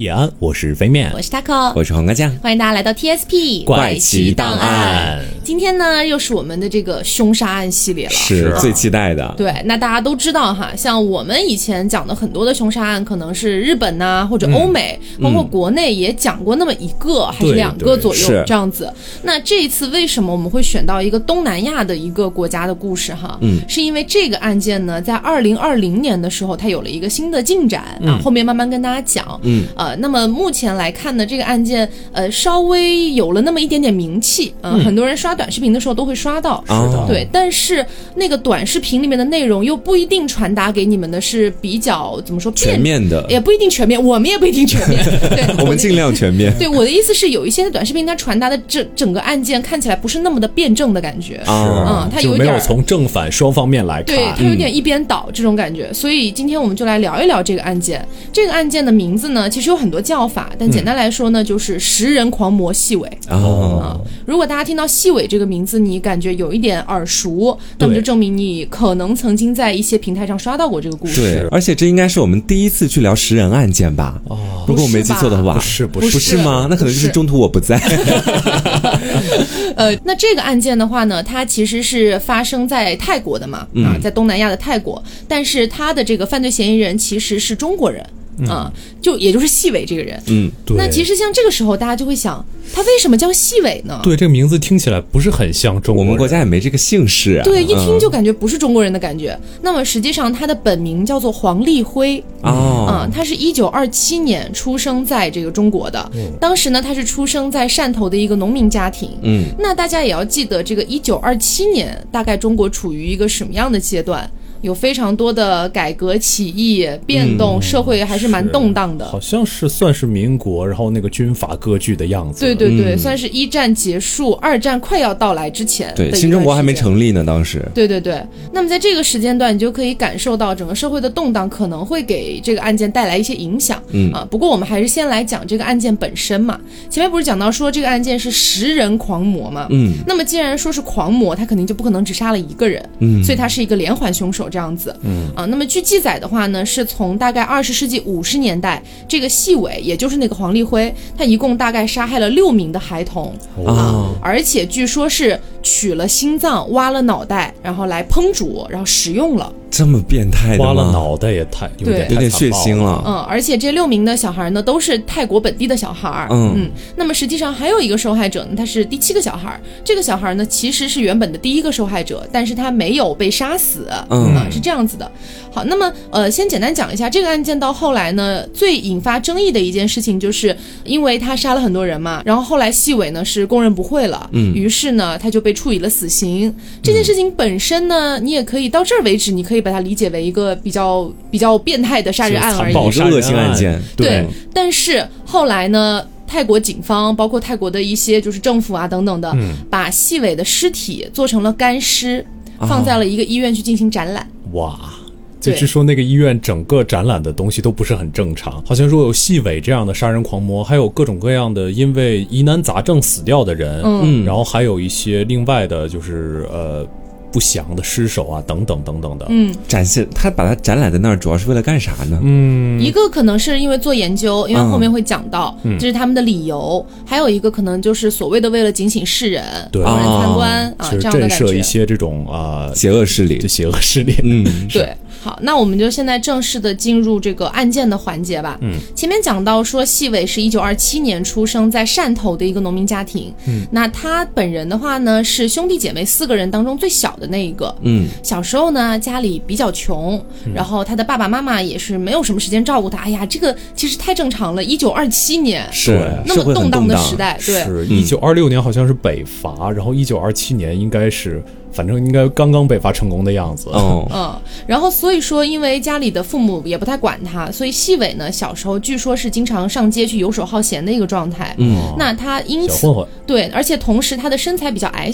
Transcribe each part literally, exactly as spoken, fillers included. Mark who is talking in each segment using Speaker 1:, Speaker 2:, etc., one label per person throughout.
Speaker 1: 野安，我是飞面，
Speaker 2: 我是 Taco，
Speaker 3: 我是黄瓜酱，
Speaker 2: 欢迎大家来到 T S P
Speaker 1: 怪奇档案。
Speaker 2: 今天呢，又是我们的这个凶杀案系列了，
Speaker 3: 是最期待的。
Speaker 2: 对，那大家都知道哈，像我们以前讲的很多的凶杀案，可能是日本呐、啊、或者欧美、嗯，包括国内也讲过那么一个、嗯、还是两个左右这样子。那这一次为什么我们会选到一个东南亚的一个国家的故事哈？嗯，是因为这个案件呢，在二零二零年的时候，它有了一个新的进展、嗯、啊，后面慢慢跟大家讲。嗯，呃，那么目前来看呢，这个案件呃稍微有了那么一点点名气，呃、嗯，很多人刷短视频的时候都会刷到，是的，对，但是那个短视频里面的内容又不一定传达给你们的是比较怎么说
Speaker 3: 全面的，
Speaker 2: 也不一定全面，我们也不一定全面，对，
Speaker 3: 我们尽量全面。
Speaker 2: 对，我的意思是有一些短视频它传达的整整个案件看起来不是那么的辩证的感觉，
Speaker 1: 嗯，它有点没有从正反双方面来看，
Speaker 2: 对，它有点一边倒这种感觉、嗯，所以今天我们就来聊一聊这个案件。这个案件的名字呢，其实有很多叫法，但简单来说呢，嗯、就是食人狂魔细尾。哦、嗯，如果大家听到细尾这个名字，你感觉有一点耳熟，那么就证明你可能曾经在一些平台上刷到过这个故事。
Speaker 3: 对，而且这应该是我们第一次去聊食人案件吧？哦，如果我没记错的话，
Speaker 1: 不是不
Speaker 3: 是不是吗？那可能就是中途我不在。
Speaker 2: 呃，那这个案件的话呢，它其实是发生在泰国的嘛，嗯、啊，在东南亚的泰国，但是他的这个犯罪嫌疑人其实是中国人。嗯、啊，就也就是细尾这个人，嗯，对。那其实像这个时候，大家就会想，他为什么叫细尾呢？
Speaker 1: 对，这个名字听起来不是很像中国人，
Speaker 3: 我们国家也没这个姓氏啊。
Speaker 2: 对，一听就感觉不是中国人的感觉。嗯、那么实际上，他的本名叫做黄立辉。哦，啊，他是一九二七年出生在这个中国的。嗯，当时呢，他是出生在汕头的一个农民家庭。嗯，那大家也要记得，这个一九二七年，大概中国处于一个什么样的阶段？有非常多的改革起义变动、嗯、社会还是蛮动荡的，
Speaker 1: 好像是算是民国，然后那个军阀割据的样子。
Speaker 2: 对对对、嗯、算是一战结束二战快要到来之前，
Speaker 3: 对，新中国还没成立呢当时。
Speaker 2: 对对对，那么在这个时间段你就可以感受到整个社会的动荡可能会给这个案件带来一些影响。嗯啊，不过我们还是先来讲这个案件本身嘛。前面不是讲到说这个案件是食人狂魔嘛，嗯，那么既然说是狂魔，他肯定就不可能只杀了一个人，嗯，所以他是一个连环凶手这样子。嗯啊，那么据记载的话呢，是从大概二十世纪五十年代，这个细尾也就是那个黄立辉，他一共大概杀害了六名的孩童、哦、啊，而且据说是取了心脏、挖了脑袋，然后来烹煮，然后食用了。
Speaker 3: 这么变态的吗？
Speaker 1: 挖了脑袋也太有点
Speaker 3: 有点血腥了。
Speaker 2: 嗯，而且这六名的小孩呢，都是泰国本地的小孩。嗯嗯，那么实际上还有一个受害者呢，他是第七个小孩。这个小孩呢，其实是原本的第一个受害者，但是他没有被杀死。嗯啊，是这样子的。好，那么呃，先简单讲一下这个案件到后来呢，最引发争议的一件事情，就是因为他杀了很多人嘛，然后后来细尾呢是供认不讳了，嗯，于是呢他就被处以了死刑。这件事情本身呢，你也可以到这儿为止，你可以把它理解为一个比较比较变态的杀人案而已，
Speaker 3: 是恶性案件。
Speaker 2: 对，对，但是后来呢，泰国警方包括泰国的一些就是政府啊等等的，嗯、把细尾的尸体做成了干尸，放在了一个医院去进行展览。
Speaker 1: 哇！就据说那个医院整个展览的东西都不是很正常，好像说有细尾这样的杀人狂魔，还有各种各样的因为疑难杂症死掉的人，嗯，然后还有一些另外的就是呃不详的尸首啊等等等等的。嗯，
Speaker 3: 展现他把它展览在那儿主要是为了干啥呢？
Speaker 2: 嗯，一个可能是因为做研究，因为后面会讲到、嗯、这是他们的理由，还有一个可能就是所谓的为了警醒世人，对，让人参观、哦、啊这样的感觉，
Speaker 1: 震慑一些这种啊、呃、
Speaker 3: 邪恶势力，
Speaker 1: 就邪恶势力。
Speaker 2: 嗯，对。好，那我们就现在正式的进入这个案件的环节吧。嗯，前面讲到说细尾是一九二七年出生在汕头的一个农民家庭。嗯，那他本人的话呢，是兄弟姐妹四个人当中最小的那一个。嗯，小时候呢家里比较穷、嗯，然后他的爸爸妈妈也是没有什么时间照顾他。哎呀，这个其实太正常了，一九二七年
Speaker 3: 是
Speaker 2: 那么动荡的时代，对，
Speaker 1: 是一九二六年好像是北伐，然后一九二七年应该是。反正应该刚刚北伐成功的样子。
Speaker 3: 哦，
Speaker 2: 嗯，然后所以说，因为家里的父母也不太管他，所以细尾呢小时候据说是经常上街去游手好闲的一个状态。嗯，那他因此对，而且同时他的身材比较矮小。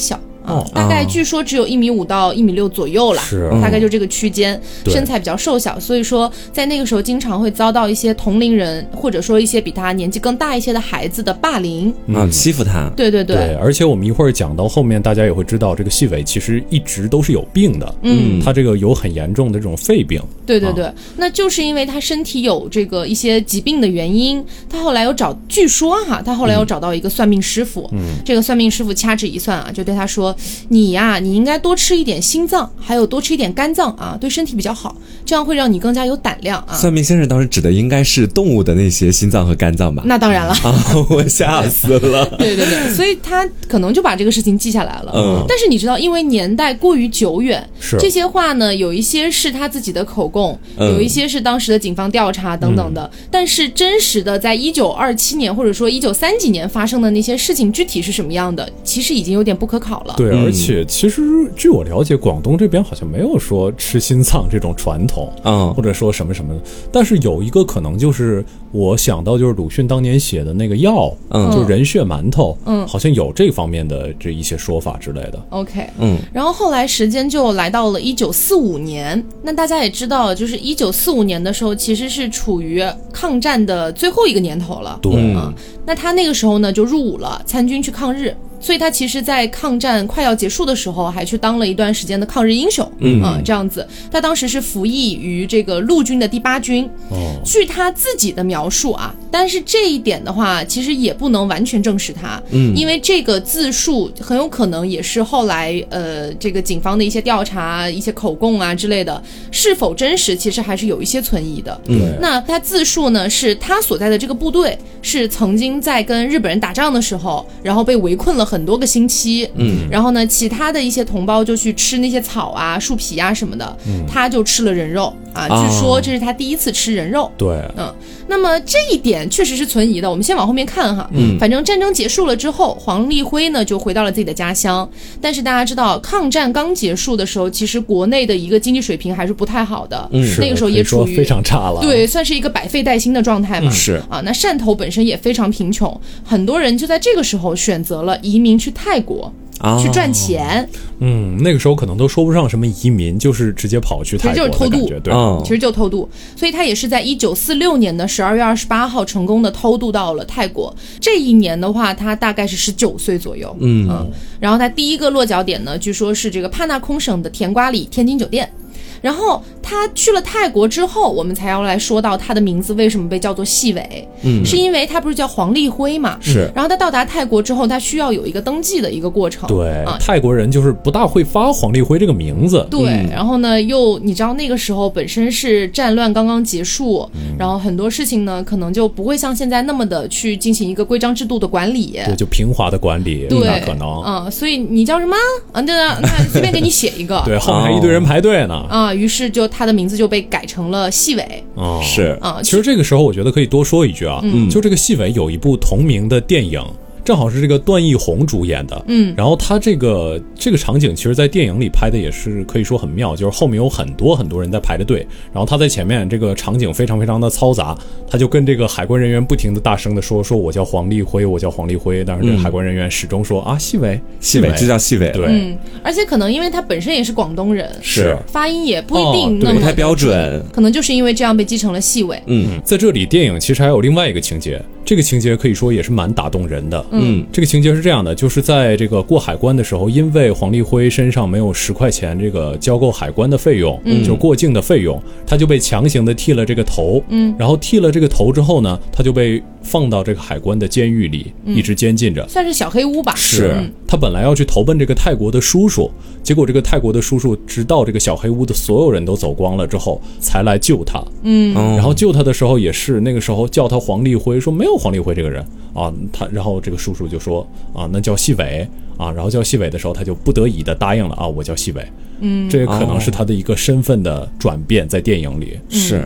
Speaker 2: 啊，大概据说只有一米五到一米六左右啦，
Speaker 1: 是
Speaker 2: 大概就这个区间，身材比较瘦小，所以说在那个时候经常会遭到一些同龄人或者说一些比他年纪更大一些的孩子的霸凌
Speaker 3: 啊、嗯，欺负他。
Speaker 2: 对对 对,
Speaker 1: 对，而且我们一会儿讲到后面，大家也会知道这个细伟其实一直都是有病的，嗯，他这个有很严重的这种肺病。
Speaker 2: 对对对、啊，那就是因为他身体有这个一些疾病的原因，他后来有找，据说哈，他后来有找到一个算命师傅，嗯，这个算命师傅掐指一算啊，就对他说，你呀、啊，你应该多吃一点心脏，还有多吃一点肝脏啊，对身体比较好，这样会让你更加有胆量啊。
Speaker 3: 算命先生当时指的应该是动物的那些心脏和肝脏吧？
Speaker 2: 那当然了，
Speaker 3: 啊，我吓死了。
Speaker 2: 对对对，所以他可能就把这个事情记下来了。嗯，但是你知道，因为年代过于久远，
Speaker 1: 是
Speaker 2: 这些话呢，有一些是他自己的口供，嗯、有一些是当时的警方调查等等的。嗯、但是真实的在一九二七年或者说一九三几年发生的那些事情，具体是什么样的，其实已经有点不可考了。
Speaker 1: 对，而且其实据我了解，广东这边好像没有说吃心脏这种传统，嗯，或者说什么什么的。但是有一个可能就是我想到就是鲁迅当年写的那个药，嗯，就是人血馒头，嗯，好像有这方面的这一些说法之类的。
Speaker 2: OK， 嗯，然后后来时间就来到了一九四五年，那大家也知道，就是一九四五年的时候，其实是处于抗战的最后一个年头了，
Speaker 1: 对
Speaker 2: 啊、嗯，那他那个时候呢就入伍了，参军去抗日。所以他其实在抗战快要结束的时候还去当了一段时间的抗日英雄，嗯啊、呃，这样子。他当时是服役于这个陆军的第八军，哦，据他自己的描述啊，但是这一点的话其实也不能完全证实他，嗯，因为这个自述很有可能也是后来呃这个警方的一些调查一些口供啊之类的，是否真实其实还是有一些存疑的。
Speaker 1: 嗯，
Speaker 2: 那他自述呢是他所在的这个部队是曾经在跟日本人打仗的时候，然后被围困了很多个星期，嗯，然后呢，其他的一些同胞就去吃那些草啊、树皮啊什么的，嗯，他就吃了人肉啊，据说这是他第一次吃人肉。
Speaker 1: 对，
Speaker 2: 嗯，那么这一点确实是存疑的，我们先往后面看哈，嗯，反正战争结束了之后，黄立辉呢就回到了自己的家乡，但是大家知道，抗战刚结束的时候，其实国内的一个经济水平还是不太好的，嗯，那个时候也处于
Speaker 1: 非常差了，
Speaker 2: 对，算是一个百废待兴的状态嘛，
Speaker 3: 嗯、是
Speaker 2: 啊，那汕头本身也非常贫穷，很多人就在这个时候选择了移民去泰国。啊、去赚钱，
Speaker 1: 嗯，那个时候可能都说不上什么移民，就是直接跑去泰国，
Speaker 2: 其实就是偷渡，
Speaker 1: 对、
Speaker 2: 嗯，其实就偷渡，所以他也是在一九四六年的十二月二十八号成功的偷渡到了泰国。这一年的话，他大概是十九岁左右，嗯嗯，然后他第一个落脚点呢，据说是这个帕纳空省的甜瓜里天津酒店。然后他去了泰国之后，我们才要来说到他的名字为什么被叫做细伟，嗯，是因为他不是叫黄立辉嘛，
Speaker 1: 是。
Speaker 2: 然后他到达泰国之后，他需要有一个登记的一个过程，
Speaker 1: 对，啊、泰国人就是不大会发黄立辉这个名字，
Speaker 2: 对。嗯、然后呢，又你知道那个时候本身是战乱刚刚结束，嗯、然后很多事情呢，可能就不会像现在那么的去进行一个规章制度的管理，
Speaker 1: 对，就平滑的管理，
Speaker 2: 对，
Speaker 1: 那可能，
Speaker 2: 啊，所以你叫什么啊？对的，那随便给你写一个，
Speaker 1: 对，后面还一堆人排队呢，
Speaker 2: 啊，于是就他的名字就被改成了细伟。
Speaker 1: 哦，
Speaker 3: 是
Speaker 2: 啊，
Speaker 1: 其实这个时候我觉得可以多说一句啊，嗯，就这个细伟有一部同名的电影。正好是这个段奕宏主演的，嗯，然后他这个这个场景其实在电影里拍的也是可以说很妙，就是后面有很多很多人在排着队，然后他在前面，这个场景非常非常的嘈杂，他就跟这个海关人员不停的大声的说说我叫黄立辉，我叫黄立辉，但是这个海关人员始终说、嗯、啊细伟
Speaker 3: 细伟就叫细伟，
Speaker 1: 对、
Speaker 2: 嗯，而且可能因为他本身也是广东人，
Speaker 1: 是
Speaker 2: 发音也不一定那么、
Speaker 3: 哦、不太标准，
Speaker 2: 可能就是因为这样被记成了细伟。
Speaker 1: 嗯，在这里电影其实还有另外一个情节，这个情节可以说也是蛮打动人的。嗯，这个情节是这样的，就是在这个过海关的时候，因为黄立辉身上没有十块钱这个交够海关的费用，嗯，就过境的费用，他就被强行的剃了这个头，嗯，然后剃了这个头之后呢，他就被放到这个海关的监狱里、嗯、一直监禁着，
Speaker 2: 算是小黑屋吧。
Speaker 1: 是、嗯、他本来要去投奔这个泰国的叔叔，结果这个泰国的叔叔直到这个小黑屋的所有人都走光了之后才来救他。嗯，然后救他的时候也是那个时候叫他黄立辉，说没有黄立辉这个人啊，他然后这个叔叔就说啊，那叫细伟啊，然后叫细伟的时候他就不得已的答应了啊，我叫细伟。嗯，这个可能是他的一个身份的转变，在电影里、
Speaker 3: 嗯、是。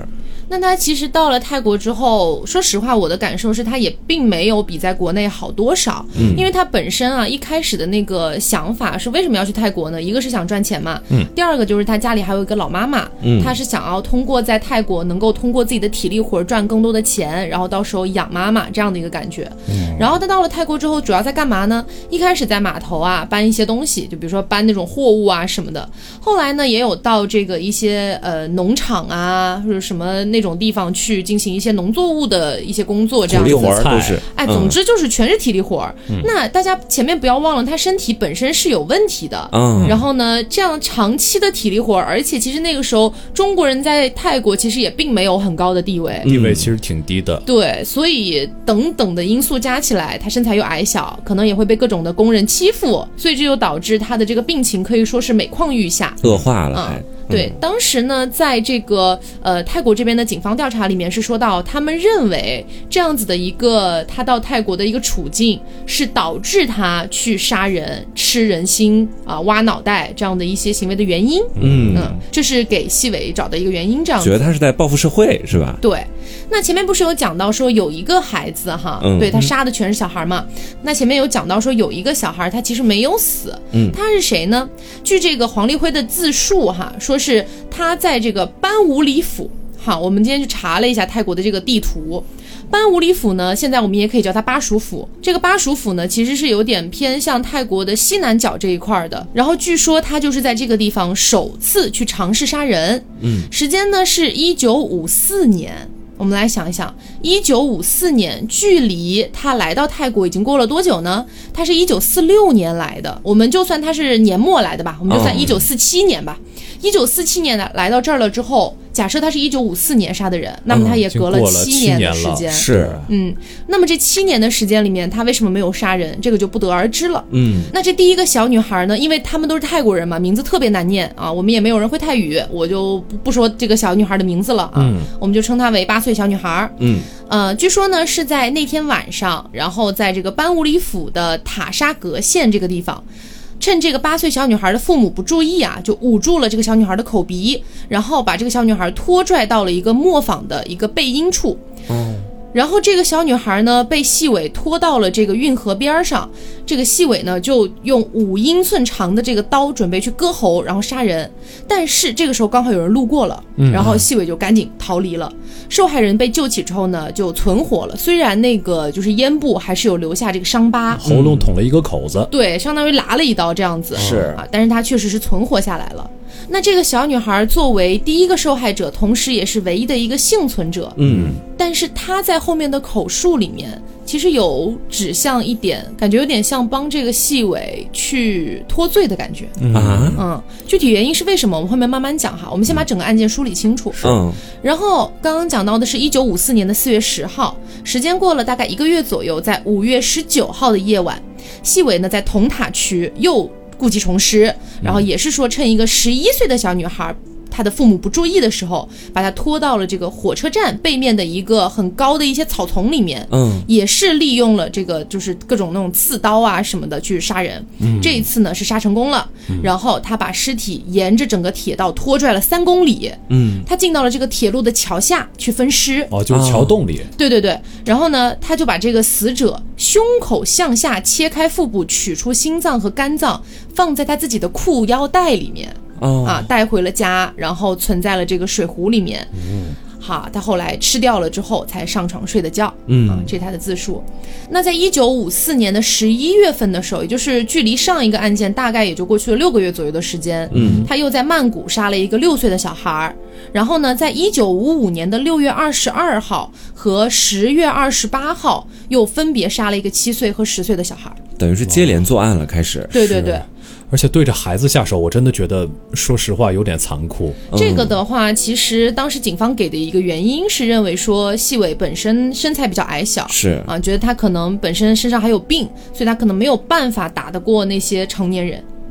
Speaker 2: 那他其实到了泰国之后，说实话我的感受是他也并没有比在国内好多少，嗯，因为他本身啊一开始的那个想法是为什么要去泰国呢？一个是想赚钱嘛，嗯，第二个就是他家里还有一个老妈妈，嗯，他是想要通过在泰国能够通过自己的体力活赚更多的钱，然后到时候养妈妈这样的一个感觉。嗯，然后他到了泰国之后主要在干嘛呢？一开始在码头啊搬一些东西，就比如说搬那种货物啊什么的，后来呢也有到这个一些呃农场啊或者什么那种地方去进行一些农作物的一些工作，这样子
Speaker 3: 体力活都是，
Speaker 2: 哎，总之就是全是体力活。嗯，那大家前面不要忘了，他身体本身是有问题的，嗯，然后呢，这样长期的体力活，而且其实那个时候中国人在泰国其实也并没有很高的地位，
Speaker 1: 地位其实挺低的，
Speaker 2: 对，所以等等的因素加起来，他身材又矮小，可能也会被各种的工人欺负，所以这就导致他的这个病情可以说是每况愈下，
Speaker 3: 恶化了，
Speaker 2: 嗯。对，当时呢，在这个呃泰国这边的警方调查里面是说到，他们认为这样子的一个他到泰国的一个处境，是导致他去杀人、吃人心啊、呃、挖脑袋这样的一些行为的原因。嗯嗯，这是给细伟找的一个原因，这样子
Speaker 3: 觉得他是在报复社会，是吧？
Speaker 2: 对。那前面不是有讲到说有一个孩子哈，嗯、对他杀的全是小孩嘛？那前面有讲到说有一个小孩他其实没有死，嗯，他是谁呢？据这个黄立辉的自述哈，说是他在这个班武里府，好，我们今天去查了一下泰国的这个地图。班武里府呢，现在我们也可以叫它巴蜀府。这个巴蜀府呢，其实是有点偏向泰国的西南角这一块的。然后据说他就是在这个地方首次去尝试杀人。嗯，时间呢是一九五四年。我们来想一想，一九五四年距离他来到泰国已经过了多久呢？他是一九四六年来的，我们就算他是年末来的吧，我们就算一九四七年吧。一九四七年来到这儿了之后，假设他是一九五四年杀的人，那么他也隔了七年的时间，
Speaker 3: 嗯、是，
Speaker 2: 嗯，那么这七年的时间里面，他为什么没有杀人？这个就不得而知了。嗯，那这第一个小女孩呢，因为他们都是泰国人嘛，名字特别难念啊，我们也没有人会泰语，我就不不说这个小女孩的名字了啊，嗯、我们就称她为八岁小女孩。嗯，呃，据说呢是在那天晚上，然后在这个班武里府的塔沙格县这个地方。趁这个八岁小女孩的父母不注意啊，就捂住了这个小女孩的口鼻，然后把这个小女孩拖拽到了一个磨坊的一个背阴处。哦，然后这个小女孩呢被细伟拖到了这个运河边上，这个细伟呢就用五英寸长的这个刀准备去割喉，然后杀人。但是这个时候刚好有人路过了，然后细伟就赶紧逃离了。受害人被救起之后呢，就存活了。虽然那个就是咽部还是有留下这个伤疤，
Speaker 1: 喉咙捅了一个口子，
Speaker 2: 对，相当于剌了一刀这样子，
Speaker 3: 是
Speaker 2: 啊，但是他确实是存活下来了。那这个小女孩作为第一个受害者，同时也是唯一的一个幸存者，嗯，但是她在后面的口述里面，其实有指向一点，感觉有点像帮这个细伟去脱罪的感觉啊，嗯，具体原因是为什么，我们后面慢慢讲哈，我们先把整个案件梳理清楚。嗯，然后刚刚讲到的是一九五四年的四月十号，时间过了大概一个月左右，在五月十九号的夜晚，细伟呢在铜塔区又故技重施，然后也是说趁一个十一岁的小女孩她的父母不注意的时候，把她拖到了这个火车站背面的一个很高的一些草丛里面，嗯，也是利用了这个就是各种那种刺刀啊什么的去杀人。嗯，这一次呢是杀成功了，嗯，然后他把尸体沿着整个铁道拖拽了三公里，嗯，他进到了这个铁路的桥下去分尸。
Speaker 1: 哦，就是桥洞里。
Speaker 2: 对对对，然后呢，他就把这个死者胸口向下切开腹部，取出心脏和肝脏，放在他自己的裤腰带里面。Oh. 啊，带回了家，然后存在了这个水壶里面。嗯，好，他后来吃掉了之后才上床睡的觉。嗯，啊，这是他的自述。那在一九五四年的十一月份的时候，也就是距离上一个案件大概也就过去了六个月左右的时间。嗯，他又在曼谷杀了一个六岁的小孩。然后呢，在一九五五年的六月二十二号和十月二十八号，又分别杀了一个七岁和十岁的小孩。
Speaker 3: 等于是接连作案了，开始。
Speaker 2: 对对对。
Speaker 1: 而且对着孩子下手，我真的觉得说实话有点残酷。
Speaker 2: 这个的话，其实当时警方给的一个原因是认为说细伟本身身材比较矮小，
Speaker 3: 是
Speaker 2: 啊，觉得他可能本身身上还有病，所以他可能没有办法打得过那些成年人。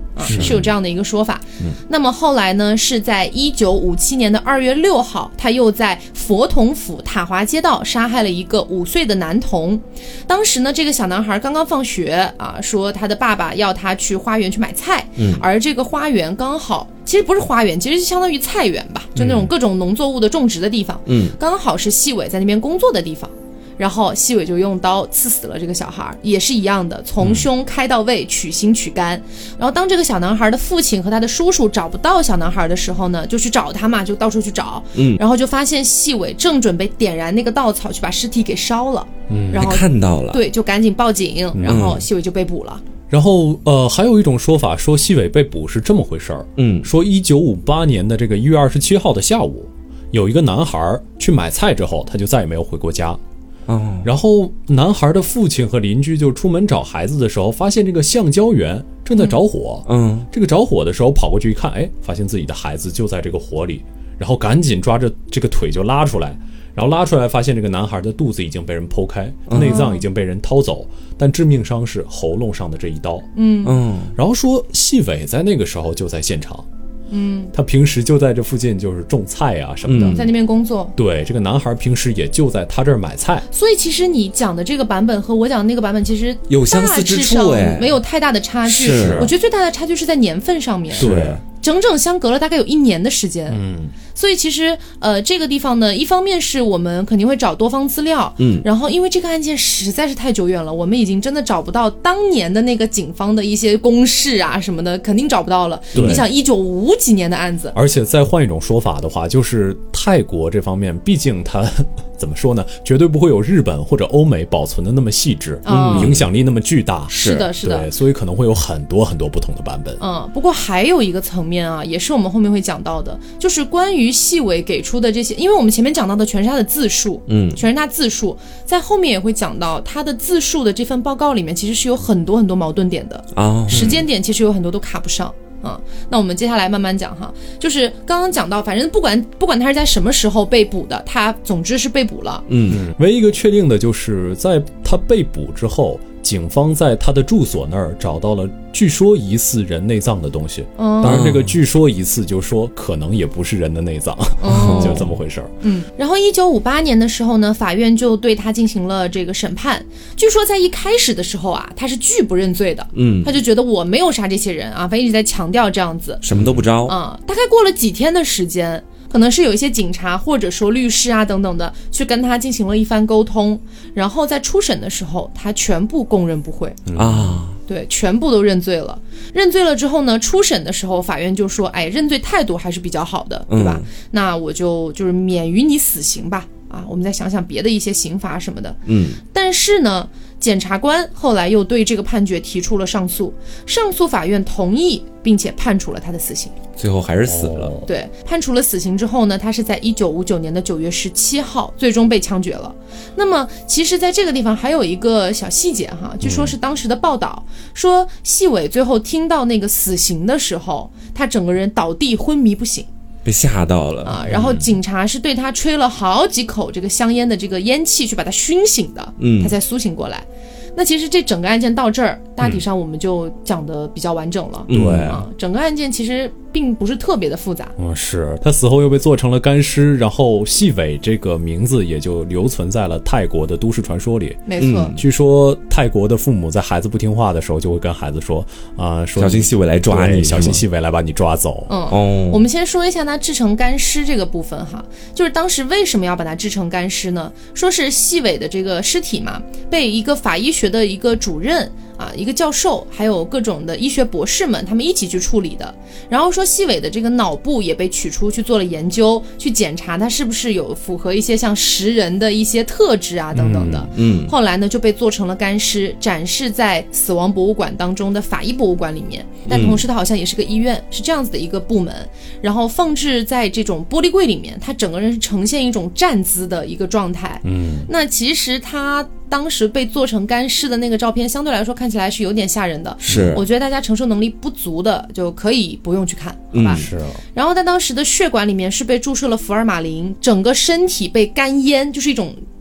Speaker 2: 啊，是有这样的一个说法。嗯、那么后来呢，是在一九五七年的二月六号，他又在佛统府塔华街道杀害了一个五岁的男童。当时呢，这个小男孩刚刚放学啊，说他的爸爸要他去花园去买菜，嗯、而这个花园刚好。其实不是花园，其实就相当于菜园吧，就那种各种农作物的种植的地方，嗯，刚好是细伟在那边工作的地方。然后细伟就用刀刺死了这个小孩，也是一样的，从胸开到胃，取心取肝。然后当这个小男孩的父亲和他的叔叔找不到小男孩的时候呢，就去找他嘛，就到处去找，嗯，然后就发现细伟正准备点燃那个稻草去把尸体给烧了，嗯，然后
Speaker 3: 看到了，
Speaker 2: 对，就赶紧报警，然后细伟就被捕了。嗯
Speaker 1: 然后，呃，还有一种说法说细伟被捕是这么回事儿，嗯，说一九五八年的这个一月二十七号的下午，有一个男孩去买菜之后，他就再也没有回过家。哦，然后男孩的父亲和邻居就出门找孩子的时候，发现这个橡胶园正在着火。嗯，这个着火的时候跑过去一看，哎，发现自己的孩子就在这个火里，然后赶紧抓着这个腿就拉出来。然后拉出来发现这个男孩的肚子已经被人剖开，内脏已经被人掏走，但致命伤是喉咙上的这一刀。嗯嗯，然后说细伟在那个时候就在现场。嗯，他平时就在这附近就是种菜啊什么的，
Speaker 2: 嗯、在那边工作。
Speaker 1: 对，这个男孩平时也就在他这儿买菜。
Speaker 2: 所以其实你讲的这个版本和我讲的那个版本其实
Speaker 3: 有相似之处，哎，
Speaker 2: 没有太大的差距。
Speaker 3: 是，
Speaker 2: 我觉得最大的差距是在年份上面。
Speaker 1: 对。
Speaker 2: 整整相隔了大概有一年的时间，嗯，所以其实呃这个地方呢，一方面是我们肯定会找多方资料，嗯，然后因为这个案件实在是太久远了，我们已经真的找不到当年的那个警方的一些公示啊什么的，肯定找不到了。你想一九五几年的案子，
Speaker 1: 而且再换一种说法的话，就是泰国这方面，毕竟它怎么说呢，绝对不会有日本或者欧美保存的那么细致，嗯，影响力那么巨大，
Speaker 2: 是的，是的，
Speaker 1: 对，所以可能会有很多很多不同的版本。
Speaker 2: 嗯，不过还有一个层面啊，也是我们后面会讲到的，就是关于细伟给出的这些，因为我们前面讲到的全是他的自述，嗯，全是他自述，在后面也会讲到他的自述的这份报告里面，其实是有很多很多矛盾点的啊，时间点其实有很多都卡不上。啊、嗯，那我们接下来慢慢讲哈，就是刚刚讲到，反正不管不管他是在什么时候被捕的，他总之是被捕了。
Speaker 1: 嗯，唯一一个确定的就是在他被捕之后，警方在他的住所那儿找到了据说疑似人内脏的东西。嗯，当然这个据说疑似就是说可能也不是人的内脏，嗯、就这么回事儿。
Speaker 2: 嗯，然后一九五八年的时候呢，法院就对他进行了这个审判。据说在一开始的时候啊，他是拒不认罪的。嗯，他就觉得我没有杀这些人啊，反正一直在强调这样子，
Speaker 3: 什么都不招。
Speaker 2: 啊、嗯，大概过了几天的时间。可能是有一些警察或者说律师啊等等的去跟他进行了一番沟通，然后在初审的时候他全部供认不讳啊，对，全部都认罪了。认罪了之后呢，初审的时候法院就说，哎，认罪态度还是比较好的，对吧？嗯、那我就就是免于你死刑吧，啊，我们再想想别的一些刑罚什么的。嗯，但是呢，检察官后来又对这个判决提出了上诉，上诉法院同意并且判处了他的死刑。
Speaker 3: 最后还是死了。
Speaker 2: 哦、对，判处了死刑之后呢，他是在一九五九年的九月十七号最终被枪决了。那么其实在这个地方还有一个小细节哈，据说是当时的报道、嗯、说细伟最后听到那个死刑的时候，他整个人倒地昏迷不醒，
Speaker 3: 被吓到了
Speaker 2: 啊！然后警察是对他吹了好几口这个香烟的这个烟气去把他熏醒的，嗯，他才苏醒过来。那其实这整个案件到这儿，大体上我们就讲得比较完整了。
Speaker 1: 对、嗯、
Speaker 2: 啊，整个案件其实并不是特别的复杂。
Speaker 1: 嗯，是他死后又被做成了干尸，然后细伟这个名字也就留存在了泰国的都市传说里。
Speaker 2: 没错、
Speaker 1: 嗯，据说泰国的父母在孩子不听话的时候，就会跟孩子说啊、呃，说
Speaker 3: 小心细伟来抓你，
Speaker 1: 小心细伟来把你抓走。
Speaker 2: 嗯哦，我们先说一下他制成干尸这个部分哈，就是当时为什么要把它制成干尸呢？说是细伟的这个尸体嘛，被一个法医学的一个主任啊，一个教授，还有各种的医学博士们，他们一起去处理的。然后说细伟的这个脑部也被取出去做了研究，去检查他是不是有符合一些像食人的一些特质啊等等的。嗯，嗯后来呢就被做成了干尸，展示在死亡博物馆当中的法医博物馆里面。但同时它好像也是个医院，是这样子的一个部门，然后放置在这种玻璃柜里面，他整个人是呈现一种站姿的一个状态。嗯，那其实他当时被做成干尸的那个照片相对来说看起来是有点吓人的，
Speaker 3: 是，
Speaker 2: 我觉得大家承受能力不足的就可以不用去看，好吧？
Speaker 1: 嗯、是。
Speaker 2: 然后他当时的血管里面是被注射了福尔马林，整个身体被干烟，就是一种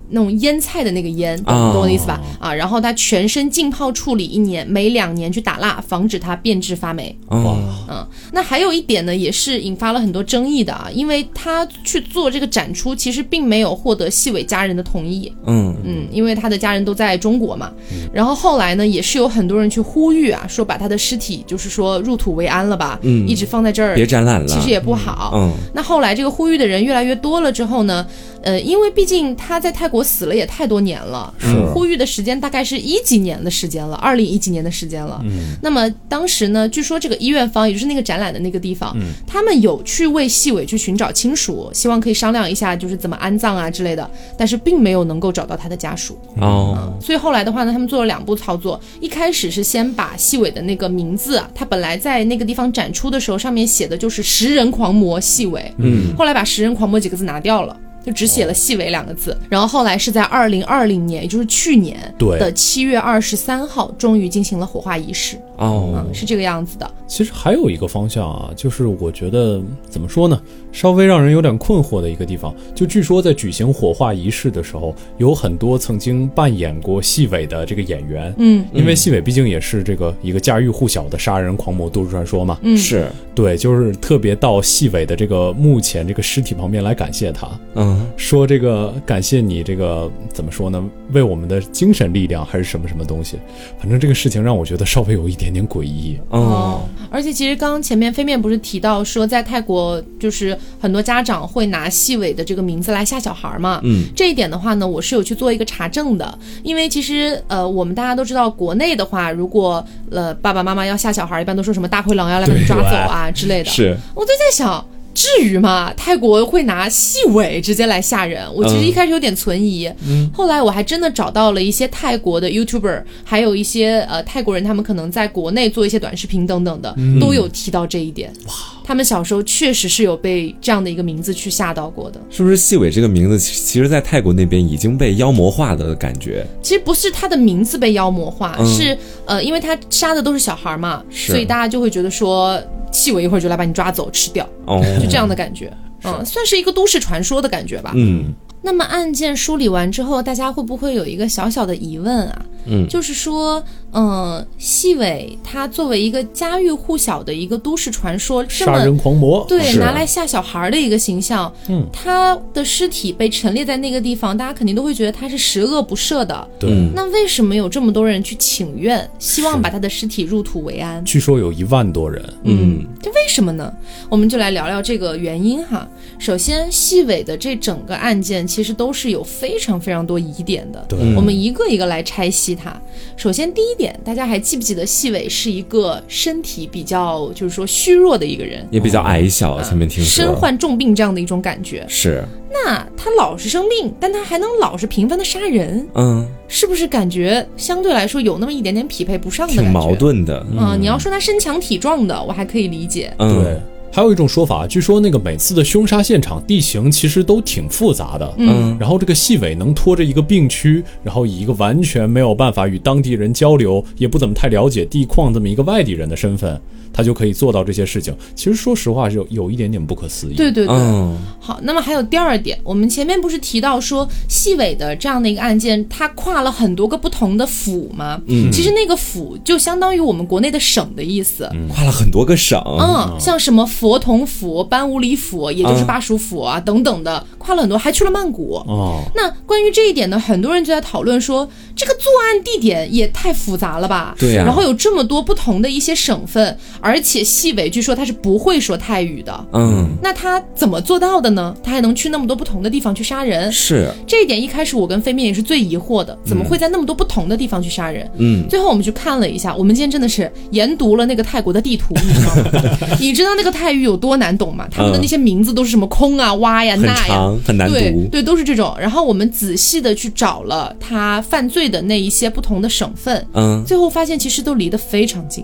Speaker 2: 那种腌菜的那个腌，懂、哦、懂我的意思吧？啊，然后他全身浸泡处理一年，每两年去打蜡，防止它变质发霉。
Speaker 3: 哦，
Speaker 2: 嗯，那还有一点呢，也是引发了很多争议的啊，因为他去做这个展出，其实并没有获得细伟家人的同意。
Speaker 3: 嗯
Speaker 2: 嗯，因为他的家人都在中国嘛。嗯、然后后来呢，也是有很多人去呼吁啊，说把他的尸体就是说入土为安了吧，嗯，一直放在这儿，
Speaker 3: 别展览了，
Speaker 2: 其实也不好。
Speaker 3: 嗯，
Speaker 2: 那后来这个呼吁的人越来越多了之后呢，呃，因为毕竟他在泰国死了也太多年了，是呼吁的时间大概是一几年的时间了，二零一几年的时间了。嗯，那么当时呢，据说这个医院方，也就是那个展览的那个地方，嗯，他们有去为细伟去寻找亲属，希望可以商量一下，就是怎么安葬啊之类的，但是并没有能够找到他的家属。
Speaker 3: 哦、
Speaker 2: 嗯，所以后来的话呢，他们做了两步操作，一开始是先把细伟的那个名字啊，他本来在那个地方展出的时候，上面写的就是食人狂魔细伟，嗯，后来把食人狂魔几个字拿掉了。就只写了细伟两个字，然后后来是在二零二零年，也就是去年的七月二十三号，终于进行了火化仪式。
Speaker 3: 哦、
Speaker 2: 嗯，是这个样子的。
Speaker 1: 其实还有一个方向啊，就是我觉得怎么说呢，稍微让人有点困惑的一个地方，就据说在举行火化仪式的时候，有很多曾经扮演过细伟的这个演员，
Speaker 2: 嗯，
Speaker 1: 因为细伟毕竟也是这个一个家喻户晓的杀人狂魔都市传说嘛，
Speaker 2: 嗯，
Speaker 3: 是
Speaker 1: 对，就是特别到细伟的这个墓前这个尸体旁边来感谢他，
Speaker 3: 嗯，
Speaker 1: 说这个感谢你这个怎么说呢，为我们的精神力量还是什么什么东西，反正这个事情让我觉得稍微有一点点诡异。
Speaker 2: 哦，而且其实刚刚前面飞面不是提到说在泰国就是很多家长会拿细伟的这个名字来吓小孩嘛，
Speaker 3: 嗯，
Speaker 2: 这一点的话呢，我是有去做一个查证的，因为其实呃我们大家都知道国内的话，如果呃爸爸妈妈要吓小孩，一般都说什么大灰狼要来把你抓走啊之类的，
Speaker 3: 是，
Speaker 2: 我就在想至于吗？泰国会拿细伟直接来吓人？我其实一开始有点存疑，嗯，后来我还真的找到了一些泰国的 YouTuber， 还有一些呃泰国人，他们可能在国内做一些短视频等等的，嗯、都有提到这一点。哇，他们小时候确实是有被这样的一个名字去吓到过的。
Speaker 3: 是不是细伟这个名字其实在泰国那边已经被妖魔化的感觉？
Speaker 2: 其实不是他的名字被妖魔化，嗯、是呃，因为他杀的都是小孩嘛，所以大家就会觉得说细伟一会儿就来把你抓走吃掉，哦，就这样的感觉，嗯，算是一个都市传说的感觉吧。
Speaker 3: 嗯，
Speaker 2: 那么案件梳理完之后，大家会不会有一个小小的疑问啊？嗯，就是说，嗯，细伟他作为一个家喻户晓的一个都市传说，
Speaker 1: 杀人狂魔，
Speaker 2: 对，拿来吓小孩的一个形象，嗯，他的尸体被陈列在那个地方，大家肯定都会觉得他是十恶不赦的。
Speaker 1: 对，
Speaker 2: 那为什么有这么多人去请愿，希望把他的尸体入土为安？
Speaker 1: 据说有一万多人。
Speaker 2: 嗯，这为什么呢？我们就来聊聊这个原因哈。首先，细伟的这整个案件其实都是有非常非常多疑点的，
Speaker 1: 对，
Speaker 2: 我们一个一个来拆析它。首先第一点，大家还记不记得细伟是一个身体比较就是说虚弱的一个人，
Speaker 3: 也比较矮小，哦、前面听说
Speaker 2: 身患重病这样的一种感觉。
Speaker 3: 是，
Speaker 2: 那他老是生病，但他还能老是频繁的杀人，
Speaker 3: 嗯，
Speaker 2: 是不是感觉相对来说有那么一点点匹配不上的感觉？
Speaker 3: 挺矛盾的。
Speaker 2: 嗯、呃，你要说他身强体壮的，我还可以理解。
Speaker 3: 嗯，
Speaker 1: 对。还有一种说法，据说那个每次的凶杀现场地形其实都挺复杂的，
Speaker 2: 嗯，
Speaker 1: 然后这个细伟能拖着一个病区，然后以一个完全没有办法与当地人交流，也不怎么太了解地况这么一个外地人的身份，他就可以做到这些事情。其实说实话是有有一点点不可思议。
Speaker 2: 对对对，
Speaker 3: 嗯，
Speaker 2: 好，那么还有第二点，我们前面不是提到说细伟的这样的一个案件，它跨了很多个不同的府吗？嗯，其实那个府就相当于我们国内的省的意思，
Speaker 3: 嗯、跨了很多个省，
Speaker 2: 嗯，像什么佛统府、班乌里府，也就是巴蜀府啊、嗯、等等的，跨了很多，还去了曼谷。
Speaker 1: 哦，
Speaker 2: 那关于这一点呢，很多人就在讨论说，这个作案地点也太复杂了吧？
Speaker 3: 对呀、啊，
Speaker 2: 然后有这么多不同的一些省份，而且细伟据说他是不会说泰语的，
Speaker 3: 嗯，
Speaker 2: 那他怎么做到的呢？他还能去那么多不同的地方去杀人？
Speaker 3: 是这
Speaker 2: 一点，一开始我跟飞面也是最疑惑的，怎么会在那么多不同的地方去杀人？
Speaker 3: 嗯，
Speaker 2: 最后我们去看了一下，我们今天真的是研读了那个泰国的地图，你知道吗？你知道那个泰语有多难懂吗？他们的那些名字都是什么空啊、蛙呀、那呀，
Speaker 3: 很长很难读，
Speaker 2: 对对，都是这种。然后我们仔细的去找了他犯罪的那一些不同的省份，
Speaker 3: 嗯，
Speaker 2: 最后发现其实都离得非常近。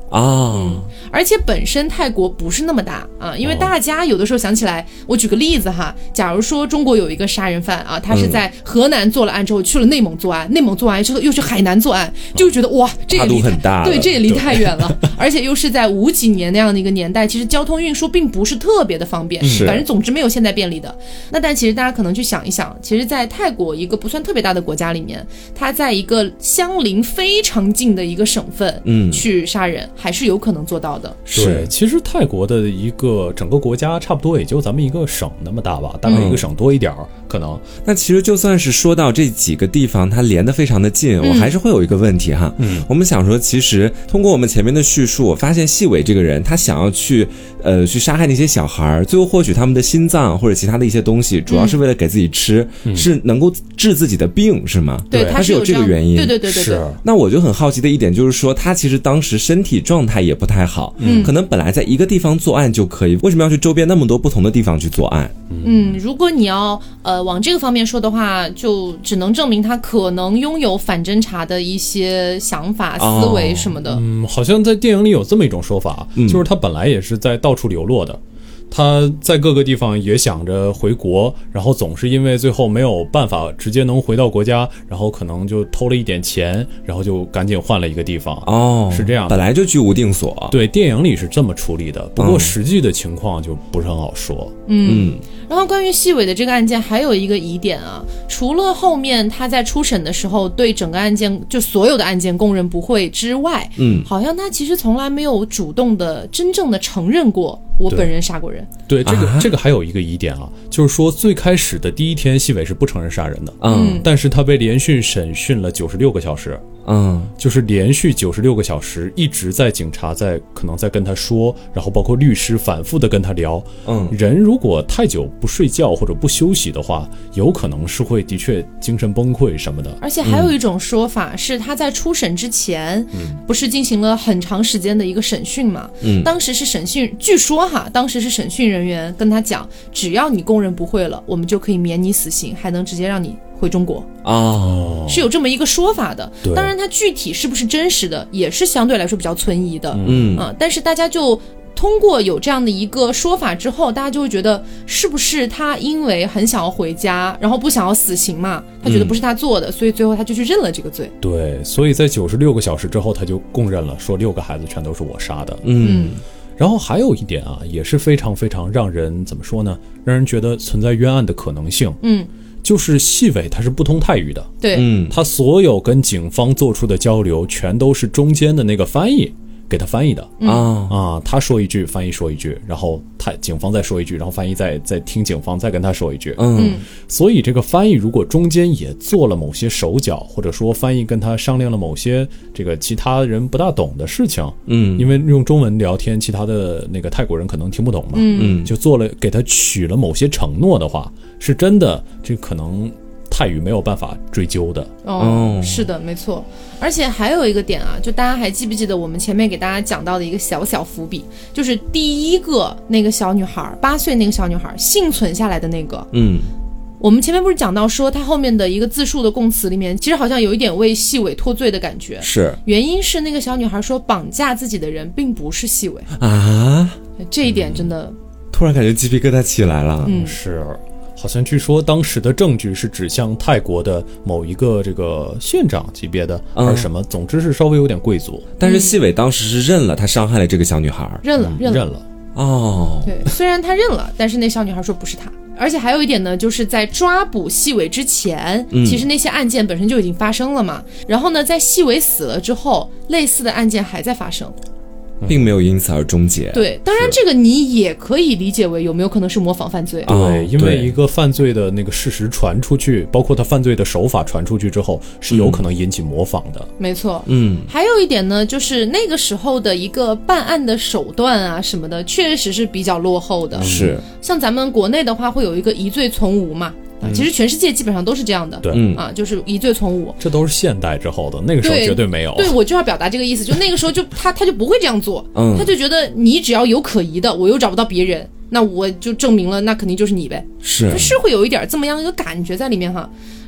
Speaker 3: 啊、
Speaker 2: 嗯，而且本身泰国不是那么大啊，因为大家有的时候想起来，我举个例子哈，假如说中国有一个杀人犯啊，他是在河南做了案之后去了内蒙作案，内蒙作案之后又去海南作案，就觉得哇，这也离
Speaker 3: 很大，
Speaker 2: 对，这也离太远了，而且又是在五几年那样的一个年代，其实交通运输并不是特别的方便，反正总之没有现在便利的。那但其实大家可能去想一想，其实，在泰国一个不算特别大的国家里面，它在一个相邻非常近的一个省份，嗯，去杀人还是有可能做到的。
Speaker 1: 对，其实泰国的一个整个国家差不多也就咱们一个省那么大吧，大概一个省多一点、嗯、可能。
Speaker 3: 那其实就算是说到这几个地方它连得非常的近、嗯、我还是会有一个问题哈。嗯，我们想说其实通过我们前面的叙述，我发现细伟这个人他想要去呃去杀害那些小孩，最后获取他们的心脏或者其他的一些东西，主要是为了给自己吃、嗯、是能够治自己的病是吗？
Speaker 2: 对，
Speaker 3: 他是有这个原因。
Speaker 2: 对对对对对。
Speaker 3: 那我就很好奇的一点就是说，他其实当时身体状态也不太好，嗯，可能本来在一个地方作案就可以，为什么要去周边那么多不同的地方去作案？
Speaker 2: 嗯，如果你要呃往这个方面说的话，就只能证明他可能拥有反侦查的一些想法、思维什么的。
Speaker 1: 嗯，好像在电影里有这么一种说法，嗯、就是他本来也是在到处流落的。他在各个地方也想着回国，然后总是因为最后没有办法直接能回到国家，然后可能就偷了一点钱，然后就赶紧换了一个地方。哦，是这样的，
Speaker 3: 本来就居无定所。
Speaker 1: 对，电影里是这么处理的，不过实际的情况就不是很好说。
Speaker 2: 嗯，然后关于细伟的这个案件还有一个疑点啊，除了后面他在初审的时候对整个案件就所有的案件供认不讳之外，嗯，好像他其实从来没有主动的真正的承认过我本人杀过人。
Speaker 1: 对，这个、啊、这个还有一个疑点啊，就是说最开始的第一天，细伟是不承认杀人的，嗯，但是他被连续审讯了九十六个小时，嗯，就是连续九十六个小时一直在警察在可能在跟他说，然后包括律师反复的跟他聊，嗯，人如果太久不睡觉或者不休息的话，有可能是会的确精神崩溃什么的。
Speaker 2: 而且还有一种说法、嗯、是他在初审之前，嗯，不是进行了很长时间的一个审讯嘛，嗯，当时是审讯，据说哈，当时是审讯人员跟他讲，只要你供认不讳了，我们就可以免你死刑，还能直接让你回中国。哦，是有这么一个说法的。当然它具体是不是真实的也是相对来说比较存疑的。嗯啊，但是大家就通过有这样的一个说法之后，大家就会觉得是不是他因为很想要回家，然后不想要死刑嘛，他觉得不是他做的、嗯、所以最后他就去认了这个罪。
Speaker 1: 对，所以在九十六个小时之后他就供认了，说六个孩子全都是我杀的。嗯，然后还有一点啊，也是非常非常让人怎么说呢，让人觉得存在冤案的可能性。嗯，就是细伟他是不通泰语的。
Speaker 2: 对，
Speaker 1: 嗯，他所有跟警方做出的交流全都是中间的那个翻译给他翻译的。啊、嗯、啊，他说一句，翻译说一句，然后他警方再说一句，然后翻译再再听警方再跟他说一句。嗯，所以这个翻译如果中间也做了某些手脚，或者说翻译跟他商量了某些这个其他人不大懂的事情，嗯，因为用中文聊天，其他的那个泰国人可能听不懂嘛，嗯，就做了给他许了某些承诺的话，是真的，这可能泰语没有办法追究的。
Speaker 2: 哦，是的，没错。而且还有一个点啊，就大家还记不记得我们前面给大家讲到的一个小小伏笔，就是第一个那个小女孩，八岁那个小女孩幸存下来的那个，嗯，我们前面不是讲到说她后面的一个自述的供词里面，其实好像有一点为细伟脱罪的感觉。
Speaker 3: 是，
Speaker 2: 原因是那个小女孩说绑架自己的人并不是细伟啊，这一点真的、嗯、
Speaker 3: 突然感觉鸡皮疙瘩起来了。
Speaker 1: 嗯，是。好像据说当时的证据是指向泰国的某一个这个县长级别的、嗯、还是什么，总之是稍微有点贵族。
Speaker 3: 但是细伟当时是认了他伤害了这个小女孩，
Speaker 2: 认了认了
Speaker 1: 认了。
Speaker 3: 哦，
Speaker 2: 对，虽然他认了，但是那小女孩说不是他。而且还有一点呢，就是在抓捕细伟之前、嗯、其实那些案件本身就已经发生了嘛，然后呢在细伟死了之后，类似的案件还在发生，
Speaker 3: 并没有因此而终结。
Speaker 2: 对，当然这个你也可以理解为有没有可能是模仿犯罪。
Speaker 1: 对，因为一个犯罪的那个事实传出去，包括他犯罪的手法传出去之后，是有可能引起模仿的。
Speaker 2: 嗯、没错。嗯，还有一点呢，就是那个时候的一个办案的手段啊什么的，确实是比较落后的。
Speaker 3: 是，
Speaker 2: 像咱们国内的话，会有一个疑罪从无嘛。啊，其实全世界基本上都是这样的，对、嗯，啊，就是疑罪从无，
Speaker 1: 这都是现代之后的，那个时候绝对没有。
Speaker 2: 对，我就要表达这个意思，就那个时候就他他就不会这样做，嗯，他就觉得你只要有可疑的，我又找不到别人，那我就证明了，那肯定就是你呗，
Speaker 3: 是
Speaker 2: 是会有一点这么样一个感觉在里面哈。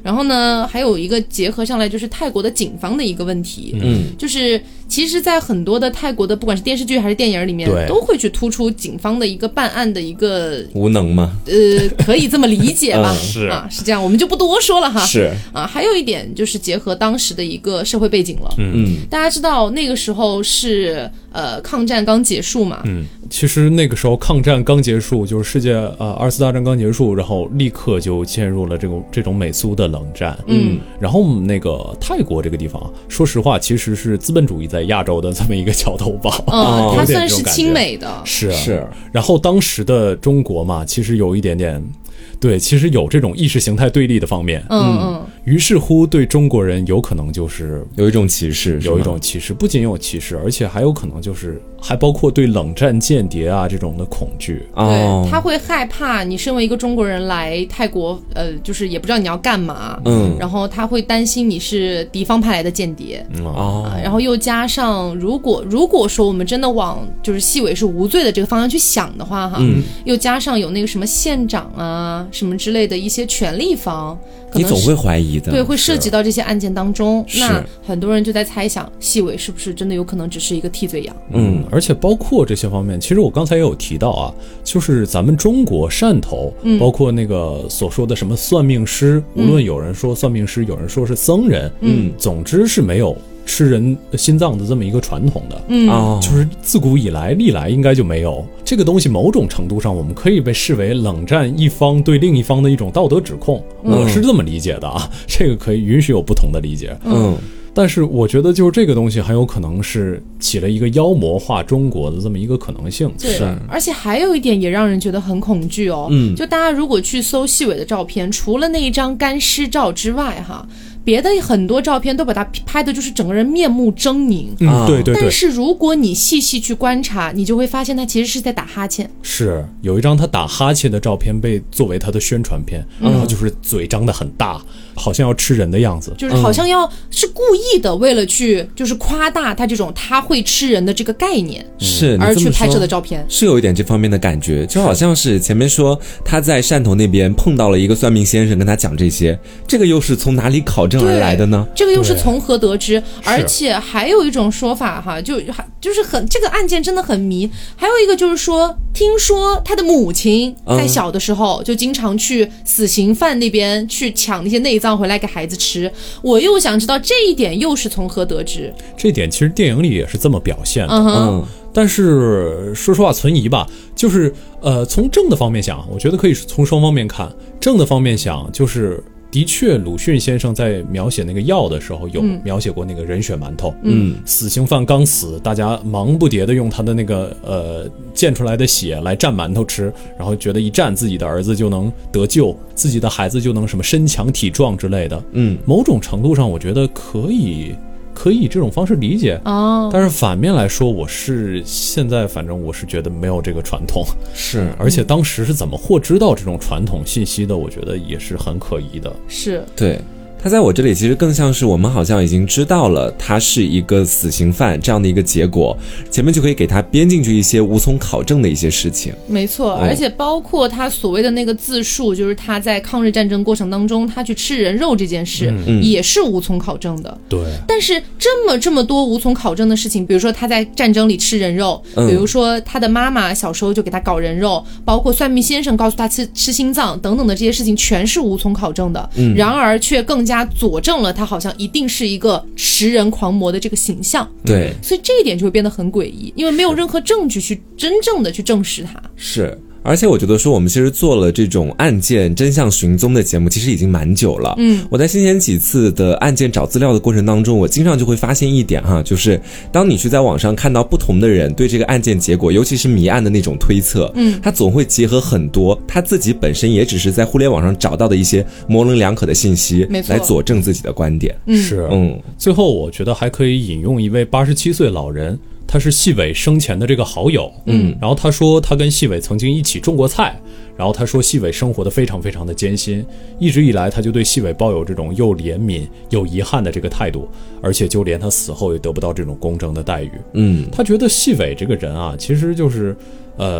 Speaker 2: 然后呢，还有一个结合上来就是泰国的警方的一个问题，嗯，就是其实，在很多的泰国的不管是电视剧还是电影里面，都会去突出警方的一个办案的一个
Speaker 3: 无能吗？
Speaker 2: 呃，可以这么理解吧？
Speaker 1: 嗯、是
Speaker 2: 啊，是这样，我们就不多说了哈。
Speaker 3: 是
Speaker 2: 啊，还有一点就是结合当时的一个社会背景了。嗯，大家知道那个时候是呃抗战刚结束嘛？
Speaker 1: 嗯，其实那个时候抗战刚结束，就是世界呃二次大战刚结束，然后立刻就陷入了这种这种美苏的冷战。嗯，然后那个泰国这个地方，说实话，其实是资本主义在亚洲的这么一个桥头堡。
Speaker 2: 嗯，它算是亲美的。
Speaker 1: 是
Speaker 3: 是。
Speaker 1: 然后当时的中国嘛，其实有一点点。对，其实有这种意识形态对立的方面，
Speaker 2: 嗯嗯，
Speaker 1: 于是乎对中国人有可能就是
Speaker 3: 有一种歧视，
Speaker 1: 有一种歧视，不仅有歧视，而且还有可能就是还包括对冷战间谍啊这种的恐惧。
Speaker 2: 对，他会害怕你身为一个中国人来泰国，呃，就是也不知道你要干嘛，嗯，然后他会担心你是敌方派来的间谍，哦、啊，然后又加上如果如果说我们真的往就是细伟是无罪的这个方向去想的话，哈，嗯，又加上有那个什么县长啊。什么之类的一些权力方，可能
Speaker 3: 你总会怀疑的，
Speaker 2: 对，会涉及到这些案件当中。那很多人就在猜想，细伟是不是真的有可能只是一个替罪羊？
Speaker 1: 嗯，而且包括这些方面，其实我刚才也有提到啊，就是咱们中国汕头，嗯、包括那个所说的什么算命师，无论有人说算命师，有人说是僧人，嗯，总之是没有吃人心脏的这么一个传统的，嗯啊，就是自古以来历来应该就没有这个东西。某种程度上，我们可以被视为冷战一方对另一方的一种道德指控，嗯、我是这么理解的啊。这个可以允许有不同的理解，嗯。但是我觉得，就是这个东西很有可能是起了一个妖魔化中国的这么一个可能性。
Speaker 2: 是，而且还有一点也让人觉得很恐惧哦。嗯，就大家如果去搜细伟的照片，除了那一张干尸照之外，哈。别的很多照片都把他拍的就是整个人面目狰狞，
Speaker 1: 嗯，对对对。
Speaker 2: 但是如果你细细去观察，你就会发现他其实是在打哈欠。
Speaker 1: 是有一张他打哈欠的照片被作为他的宣传片，嗯、然后就是嘴张得很大，好像要吃人的样子，
Speaker 2: 就是好像要、嗯、是故意的，为了去就是夸大他这种他会吃人的这个概念，
Speaker 3: 是
Speaker 2: 而去拍摄的照片，
Speaker 3: 是有一点这方面的感觉，就好像是前面说他在汕头那边碰到了一个算命先生，跟他讲这些，这个又是从哪里考证而来的呢？
Speaker 2: 这个又是从何得知？而且还有一种说法哈，就就是很这个案件真的很迷。还有一个就是说，听说他的母亲在小的时候就经常去死刑犯那边去抢那些内脏回来给孩子吃。我又想知道这一点又是从何得知？
Speaker 1: 这点其实电影里也是这么表现的。
Speaker 2: 嗯哼。
Speaker 1: 但是说实话存疑吧，就是呃，从正的方面想，我觉得可以从双方面看。正的方面想，就是的确鲁迅先生在描写那个药的时候有描写过那个人血馒头，嗯，死刑犯刚死，大家忙不迭的用他的那个呃溅出来的血来蘸馒头吃，然后觉得一蘸自己的儿子就能得救，自己的孩子就能什么身强体壮之类的。嗯，某种程度上我觉得可以可以这种方式理解哦，但是反面来说，我是现在反正我是觉得没有这个传统，
Speaker 3: 是，
Speaker 1: 而且当时是怎么获知到这种传统信息的，我觉得也是很可疑的。
Speaker 2: 是，
Speaker 3: 对。他在我这里其实更像是我们好像已经知道了他是一个死刑犯这样的一个结果，前面就可以给他编进去一些无从考证的一些事情。
Speaker 2: 没错，而且包括他所谓的那个自述，就是他在抗日战争过程当中他去吃人肉这件事、嗯、也是无从考证的。
Speaker 1: 对，
Speaker 2: 但是这么这么多无从考证的事情，比如说他在战争里吃人肉、嗯、比如说他的妈妈小时候就给他搞人肉，包括算命先生告诉他吃吃心脏等等的这些事情全是无从考证的、嗯、然而却更加佐证了他好像一定是一个食人狂魔的这个形象。
Speaker 3: 对，
Speaker 2: 所以这一点就会变得很诡异，因为没有任何证据去真正的去证实它。
Speaker 3: 是，而且我觉得说我们其实做了这种案件真相寻踪的节目其实已经蛮久了。嗯，我在先前几次的案件找资料的过程当中，我经常就会发现一点哈，就是当你去在网上看到不同的人对这个案件结果，尤其是谜案的那种推测，嗯，他总会结合很多他自己本身也只是在互联网上找到的一些模棱两可的信息来佐证自己的观点。
Speaker 1: 嗯，是，嗯，最后我觉得还可以引用一位八十七岁老人，他是细伟生前的这个好友，嗯，然后他说他跟细伟曾经一起种过菜，然后他说细伟生活的非常非常的艰辛，一直以来他就对细伟抱有这种又怜悯又遗憾的这个态度，而且就连他死后也得不到这种公正的待遇。嗯，他觉得细伟这个人啊，其实就是呃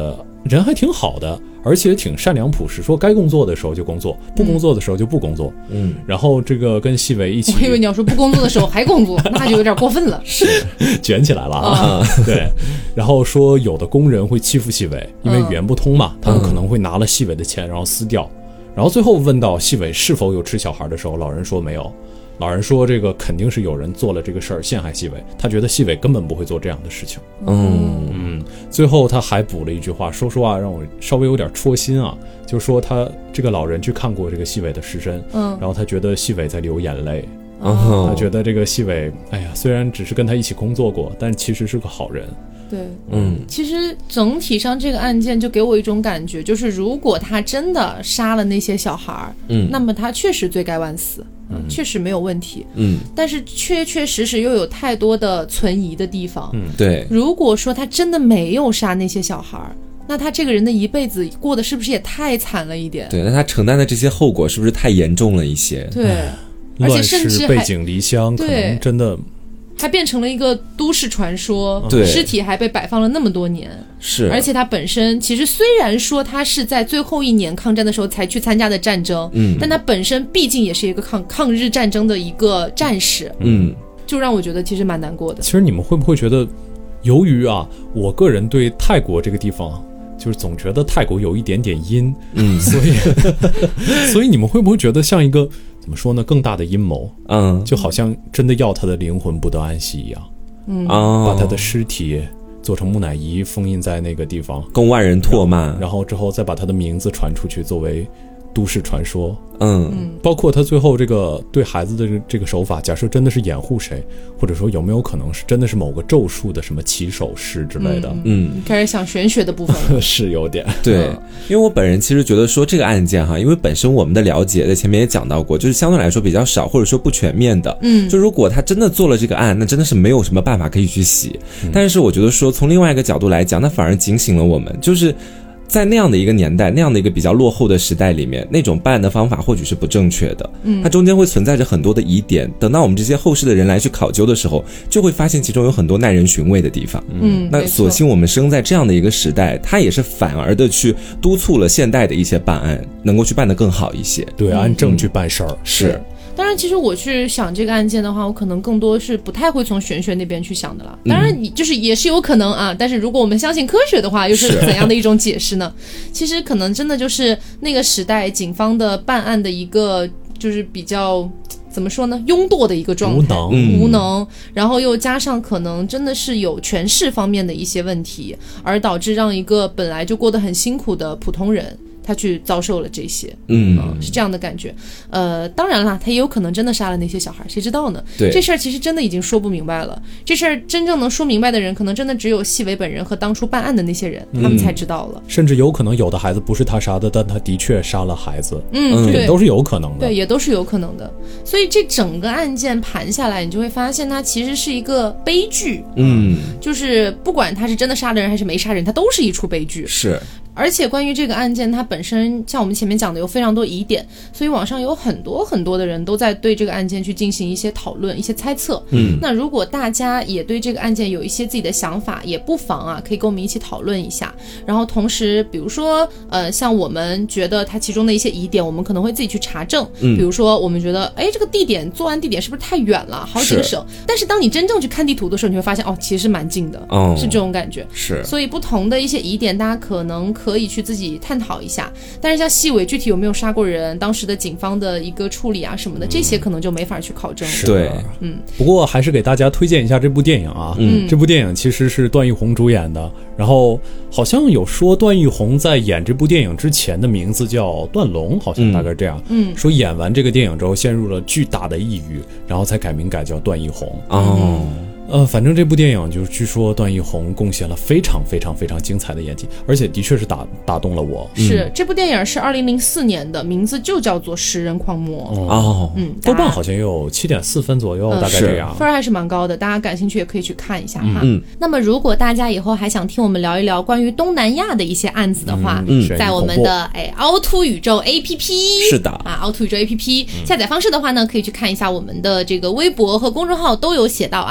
Speaker 1: 人还挺好的，而且挺善良朴实，说该工作的时候就工作，不工作的时候就不工作。嗯，然后这个跟细伟一起，
Speaker 2: 我以为你要说不工作的时候还工作，那就有点过分了，
Speaker 1: 是卷起来了啊。对，然后说有的工人会欺负细伟，因为语言不通嘛，他们可能会拿了细伟的钱然后撕掉。然后最后问到细伟是否有吃小孩的时候，老人说没有。老人说这个肯定是有人做了这个事儿陷害细伟，他觉得细伟根本不会做这样的事情。嗯嗯，最后他还补了一句话，说实话让我稍微有点戳心啊，就是说他这个老人去看过这个细伟的尸身，嗯，然后他觉得细伟在流眼泪。哦，他觉得这个细伟，哎呀，虽然只是跟他一起工作过，但其实是个好人。
Speaker 2: 对，嗯，其实整体上这个案件就给我一种感觉，就是如果他真的杀了那些小孩，嗯，那么他确实罪该万死，嗯，确实没有问题，嗯，但是确确实实又有太多的存疑的地方，
Speaker 3: 嗯，对。
Speaker 2: 如果说他真的没有杀那些小孩，那他这个人的一辈子过得是不是也太惨了一点？
Speaker 3: 对，那他承担的这些后果是不是太严重了一些？
Speaker 2: 对，而且甚至
Speaker 1: 背井离乡，可能真的。
Speaker 2: 它变成了一个都市传说，对，尸体还被摆放了那么多年，
Speaker 3: 是，
Speaker 2: 而且它本身其实虽然说它是在最后一年抗战的时候才去参加的战争，嗯，但它本身毕竟也是一个抗抗日战争的一个战士，嗯，就让我觉得其实蛮难过的。
Speaker 1: 其实你们会不会觉得，由于啊，我个人对泰国这个地方就是总觉得泰国有一点点阴，嗯，所以所以你们会不会觉得像一个怎么说呢，更大的阴谋，嗯，就好像真的要他的灵魂不得安息一样，嗯，把他的尸体做成木乃伊封印在那个地方，
Speaker 3: 供万人唾骂，
Speaker 1: 然后之后再把他的名字传出去作为都市传说。嗯，包括他最后这个对孩子的这个手法，假设真的是掩护谁，或者说有没有可能是真的是某个咒术的什么起手式之类的。
Speaker 2: 嗯，开始想玄学的部分了
Speaker 1: 是有点
Speaker 3: 对、嗯、因为我本人其实觉得说这个案件哈，因为本身我们的了解在前面也讲到过，就是相对来说比较少或者说不全面的。嗯，就如果他真的做了这个案，那真的是没有什么办法可以去洗、嗯、但是我觉得说从另外一个角度来讲，那反而警醒了我们，就是在那样的一个年代，那样的一个比较落后的时代里面，那种办案的方法或许是不正确的，嗯，它中间会存在着很多的疑点，等到我们这些后世的人来去考究的时候，就会发现其中有很多耐人寻味的地方。嗯，那所幸我们生在这样的一个时代，它也是反而的去督促了现代的一些办案能够去办得更好一些。
Speaker 1: 对，按证据办事儿、嗯、
Speaker 3: 是。
Speaker 2: 当然其实我去想这个案件的话，我可能更多是不太会从玄学那边去想的啦。当然就是也是有可能啊，但是如果我们相信科学的话，又是怎样的一种解释呢？其实可能真的就是那个时代警方的办案的一个就是比较怎么说呢，庸惰的一个状态，无能、嗯、无能，然后又加上可能真的是有权势方面的一些问题，而导致让一个本来就过得很辛苦的普通人他去遭受了这些，嗯、呃，是这样的感觉。呃，当然啦，他也有可能真的杀了那些小孩，谁知道呢？对，这事儿其实真的已经说不明白了。这事儿真正能说明白的人，可能真的只有细伟本人和当初办案的那些人，他们才知道了。
Speaker 1: 甚至有可能有的孩子不是他杀的，但他的确杀了孩子，嗯，对，都是有可能的。
Speaker 2: 对，也都是有可能的。所以这整个案件盘下来，你就会发现它其实是一个悲剧。嗯，就是不管他是真的杀了人还是没杀人，它都是一出悲剧。
Speaker 3: 是。
Speaker 2: 而且关于这个案件，它本身像我们前面讲的有非常多疑点，所以网上有很多很多的人都在对这个案件去进行一些讨论、一些猜测。嗯，那如果大家也对这个案件有一些自己的想法，也不妨啊，可以跟我们一起讨论一下。然后同时，比如说呃，像我们觉得它其中的一些疑点，我们可能会自己去查证。嗯，比如说我们觉得，哎，这个地点作案地点是不是太远了，好几个省？但是当你真正去看地图的时候，你会发现，哦，其实蛮近的，哦，是这种感觉。
Speaker 3: 是，
Speaker 2: 所以不同的一些疑点，大家可能可以去自己探讨一下，但是像细伟具体有没有杀过人，当时的警方的一个处理啊什么的，这些可能就没法去考证了。
Speaker 3: 对，
Speaker 2: 嗯。
Speaker 1: 不过还是给大家推荐一下这部电影啊，嗯，这部电影其实是段奕宏主演的，然后好像有说段奕宏在演这部电影之前的名字叫段龙，好像大概这样，嗯，说演完这个电影之后陷入了巨大的抑郁，然后才改名改叫段奕宏。哦。呃，反正这部电影就是据说段奕宏贡献了非常非常非常精彩的演技，而且的确是打打动了我。
Speaker 2: 是、嗯、这部电影是二零零四年的，名字就叫做《食人狂魔》。
Speaker 1: 哦，嗯，豆瓣好像有七点四分左右、嗯，大概这样，
Speaker 2: 分还是蛮高的。大家感兴趣也可以去看一下哈。嗯，那么如果大家以后还想听我们聊一聊关于东南亚的一些案子的话，嗯，在我们的哎凹凸宇宙 A P P
Speaker 3: 是的
Speaker 2: 啊，凹凸宇宙 A P P、嗯、下载方式的话呢，可以去看一下我们的这个微博和公众号都有写到啊。微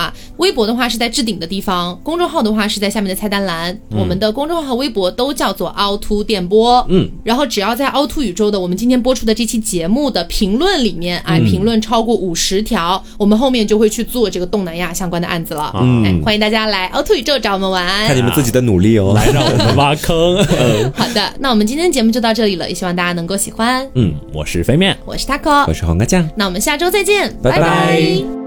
Speaker 2: 微博的话是在置顶的地方，公众号的话是在下面的菜单栏。嗯、我们的公众号和微博都叫做凹凸电波。嗯，然后只要在凹凸宇宙的我们今天播出的这期节目的评论里面，哎，评论超过五十条，我们后面就会去做这个东南亚相关的案子了。嗯，哎，欢迎大家来凹凸宇宙找我们玩，
Speaker 3: 看你们自己的努力哦，
Speaker 1: 来让我们挖坑。
Speaker 2: 嗯、好的，那我们今天节目就到这里了，也希望大家能够喜欢。
Speaker 1: 嗯，我是飞面，
Speaker 2: 我是 Taco，
Speaker 3: 我是黄瓜酱，
Speaker 2: 那我们下周再见，
Speaker 3: 拜拜。
Speaker 2: 拜拜。